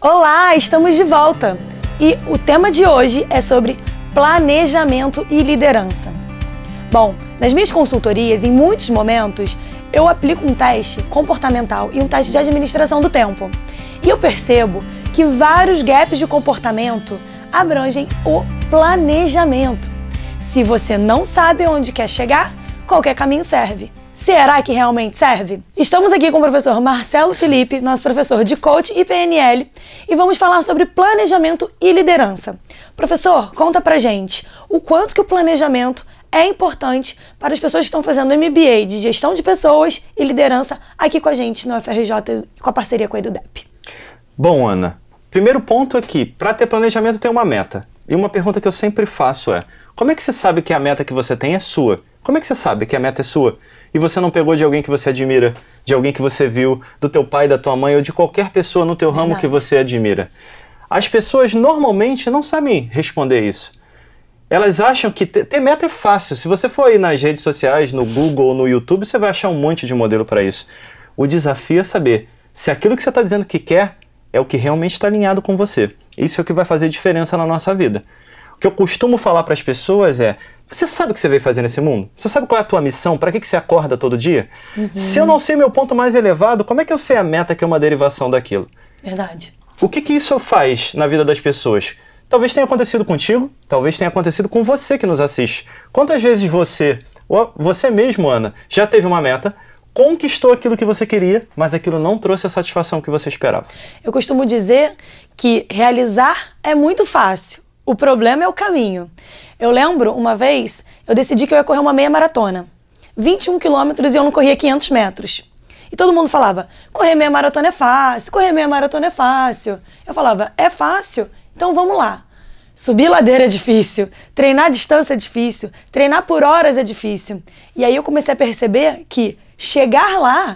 Olá, estamos de volta! E o tema de hoje é sobre planejamento e liderança. Bom, nas minhas consultorias, em muitos momentos, eu aplico um teste comportamental e um teste de administração do tempo. E eu percebo que vários gaps de comportamento abrangem o planejamento. Se você não sabe onde quer chegar, qualquer caminho serve. Será que realmente serve? Estamos aqui com o professor Marcelo Felipe, nosso professor de Coach e PNL, e vamos falar sobre planejamento e liderança. Professor, conta pra gente o quanto que o planejamento é importante para as pessoas que estão fazendo MBA de gestão de pessoas e liderança aqui com a gente no UFRJ, com a parceria com a EduDep. Bom, Ana, primeiro ponto aqui, para ter planejamento tem uma meta. E uma pergunta que eu sempre faço é, como é que você sabe que a meta que você tem é sua? Como é que você sabe que a meta é sua? E você não pegou de alguém que você admira, de alguém que você viu, do teu pai, da tua mãe ou de qualquer pessoa no teu ramo que você admira. As pessoas normalmente não sabem responder isso. Elas acham que ter meta é fácil. Se você for aí nas redes sociais, no Google ou no YouTube, você vai achar um monte de modelo para isso. O desafio é saber se aquilo que você está dizendo que quer é o que realmente está alinhado com você. Isso é o que vai fazer diferença na nossa vida. O que eu costumo falar para as pessoas é, você sabe o que você veio fazer nesse mundo? Você sabe qual é a tua missão? Para que você acorda todo dia? Se eu não sei meu ponto mais elevado, como é que eu sei a meta que é uma derivação daquilo? Verdade. O que isso faz na vida das pessoas? Talvez tenha acontecido contigo, talvez tenha acontecido com você que nos assiste. Quantas vezes você, ou você mesmo, Ana, já teve uma meta, conquistou aquilo que você queria, mas aquilo não trouxe a satisfação que você esperava? Eu costumo dizer que realizar é muito fácil. O problema é o caminho. Eu lembro, uma vez, eu decidi que eu ia correr uma meia maratona. 21 quilômetros e eu não corria 500 metros. E todo mundo falava, correr meia maratona é fácil, correr meia maratona é fácil. Eu falava, é fácil? Então vamos lá. Subir ladeira é difícil, treinar à distância é difícil, treinar por horas é difícil. E aí eu comecei a perceber que chegar lá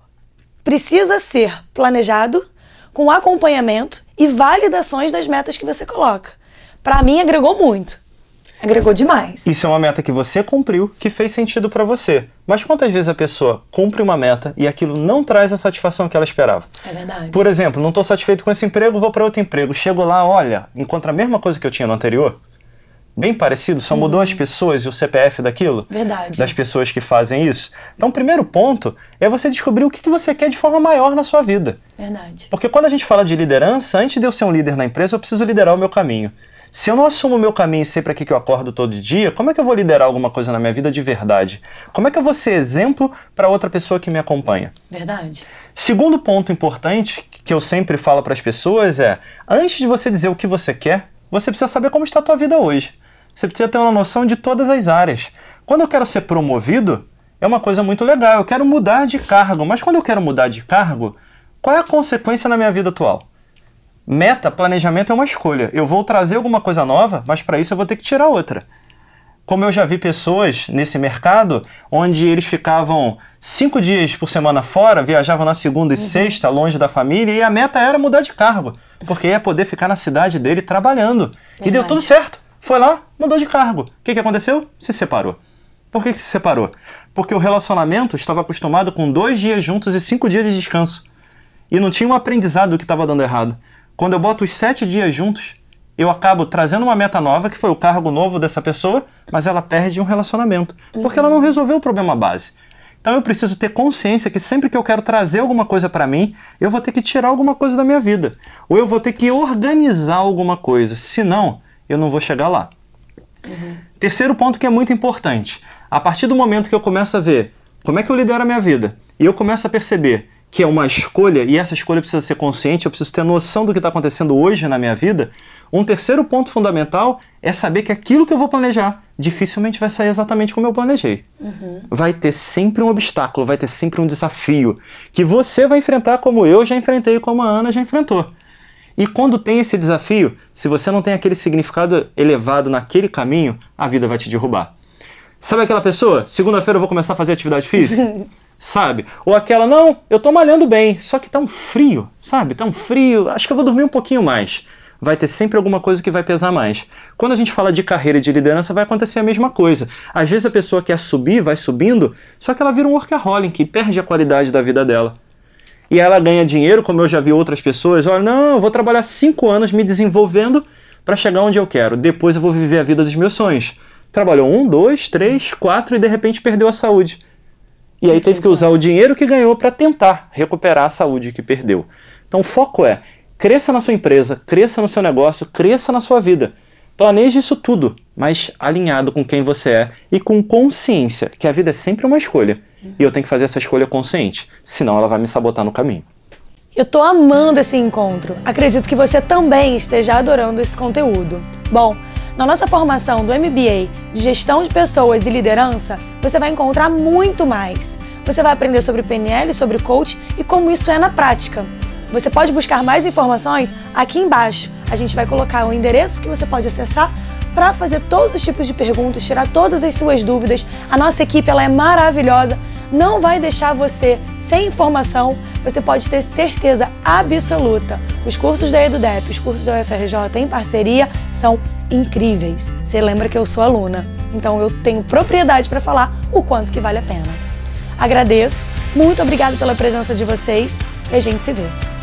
precisa ser planejado, com acompanhamento e validações das metas que você coloca. Para mim, agregou muito. Agregou demais. Isso é uma meta que você cumpriu, que fez sentido para você. Mas quantas vezes a pessoa cumpre uma meta e aquilo não traz a satisfação que ela esperava? É verdade. Por exemplo, não estou satisfeito com esse emprego, vou para outro emprego. Chego lá, olha, encontro a mesma coisa que eu tinha no anterior. Bem parecido, só mudou as pessoas e o CPF daquilo. Verdade. Das pessoas que fazem isso. Então, o primeiro ponto é você descobrir o que você quer de forma maior na sua vida. Verdade. Porque quando a gente fala de liderança, antes de eu ser um líder na empresa, eu preciso liderar o meu caminho. Se eu não assumo o meu caminho e sei para que eu acordo todo dia, como é que eu vou liderar alguma coisa na minha vida de verdade? Como é que eu vou ser exemplo para outra pessoa que me acompanha? Verdade. Segundo ponto importante que eu sempre falo para as pessoas é, antes de você dizer o que você quer, você precisa saber como está a tua vida hoje. Você precisa ter uma noção de todas as áreas. Quando eu quero ser promovido, é uma coisa muito legal, eu quero mudar de cargo, mas quando eu quero mudar de cargo, qual é a consequência na minha vida atual? Meta, planejamento é uma escolha. Eu vou trazer alguma coisa nova, mas para isso eu vou ter que tirar outra. Como eu já vi pessoas nesse mercado, onde eles ficavam 5 dias por semana fora, viajavam na segunda e sexta, longe da família, e a meta era mudar de cargo, porque ia poder ficar na cidade dele trabalhando. Verdade. E deu tudo certo. Foi lá, mudou de cargo. O que aconteceu? Se separou. Por que se separou? Porque o relacionamento estava acostumado com 2 dias juntos e 5 dias de descanso. E não tinha um aprendizado do que estava dando errado. Quando eu boto os 7 dias juntos, eu acabo trazendo uma meta nova, que foi o cargo novo dessa pessoa, mas ela perde um relacionamento, porque ela não resolveu o problema base. Então eu preciso ter consciência que sempre que eu quero trazer alguma coisa para mim, eu vou ter que tirar alguma coisa da minha vida. Ou eu vou ter que organizar alguma coisa, senão eu não vou chegar lá. Terceiro ponto que é muito importante. A partir do momento que eu começo a ver como é que eu lidero a minha vida, e eu começo a perceber que é uma escolha, e essa escolha precisa ser consciente, eu preciso ter noção do que está acontecendo hoje na minha vida, um terceiro ponto fundamental é saber que aquilo que eu vou planejar dificilmente vai sair exatamente como eu planejei. Vai ter sempre um obstáculo, vai ter sempre um desafio, que você vai enfrentar como eu já enfrentei, como a Ana já enfrentou. E quando tem esse desafio, se você não tem aquele significado elevado naquele caminho, a vida vai te derrubar. Sabe aquela pessoa? Segunda-feira eu vou começar a fazer atividade física? Sabe? Ou aquela, não, eu tô malhando bem, só que tá um frio, sabe? Tá um frio, acho que eu vou dormir um pouquinho mais. Vai ter sempre alguma coisa que vai pesar mais. Quando a gente fala de carreira e de liderança, vai acontecer a mesma coisa. Às vezes a pessoa quer subir, vai subindo, só que ela vira um workaholic e perde a qualidade da vida dela. e ela ganha dinheiro, como eu já vi outras pessoas, olha, não, eu vou trabalhar 5 anos me desenvolvendo para chegar onde eu quero, depois eu vou viver a vida dos meus sonhos. Trabalhou 1, 2, 3, 4 e de repente perdeu a saúde. E aí teve que usar o dinheiro que ganhou para tentar recuperar a saúde que perdeu. Então o foco é, cresça na sua empresa, cresça no seu negócio, cresça na sua vida. Planeje isso tudo, mas alinhado com quem você é e com consciência, que a vida é sempre uma escolha. E eu tenho que fazer essa escolha consciente, senão ela vai me sabotar no caminho. Eu tô amando esse encontro. Acredito que você também esteja adorando esse conteúdo. Bom, na nossa formação do MBA de Gestão de Pessoas e Liderança, você vai encontrar muito mais. Você vai aprender sobre PNL, sobre coach e como isso é na prática. Você pode buscar mais informações aqui embaixo. A gente vai colocar o endereço que você pode acessar para fazer todos os tipos de perguntas, tirar todas as suas dúvidas. A nossa equipe ela é maravilhosa, não vai deixar você sem informação. Você pode ter certeza absoluta. Os cursos da EduDep, os cursos da UFRJ em parceria são incríveis. Você lembra que eu sou aluna, então eu tenho propriedade para falar o quanto que vale a pena. Agradeço, muito obrigada pela presença de vocês e a gente se vê.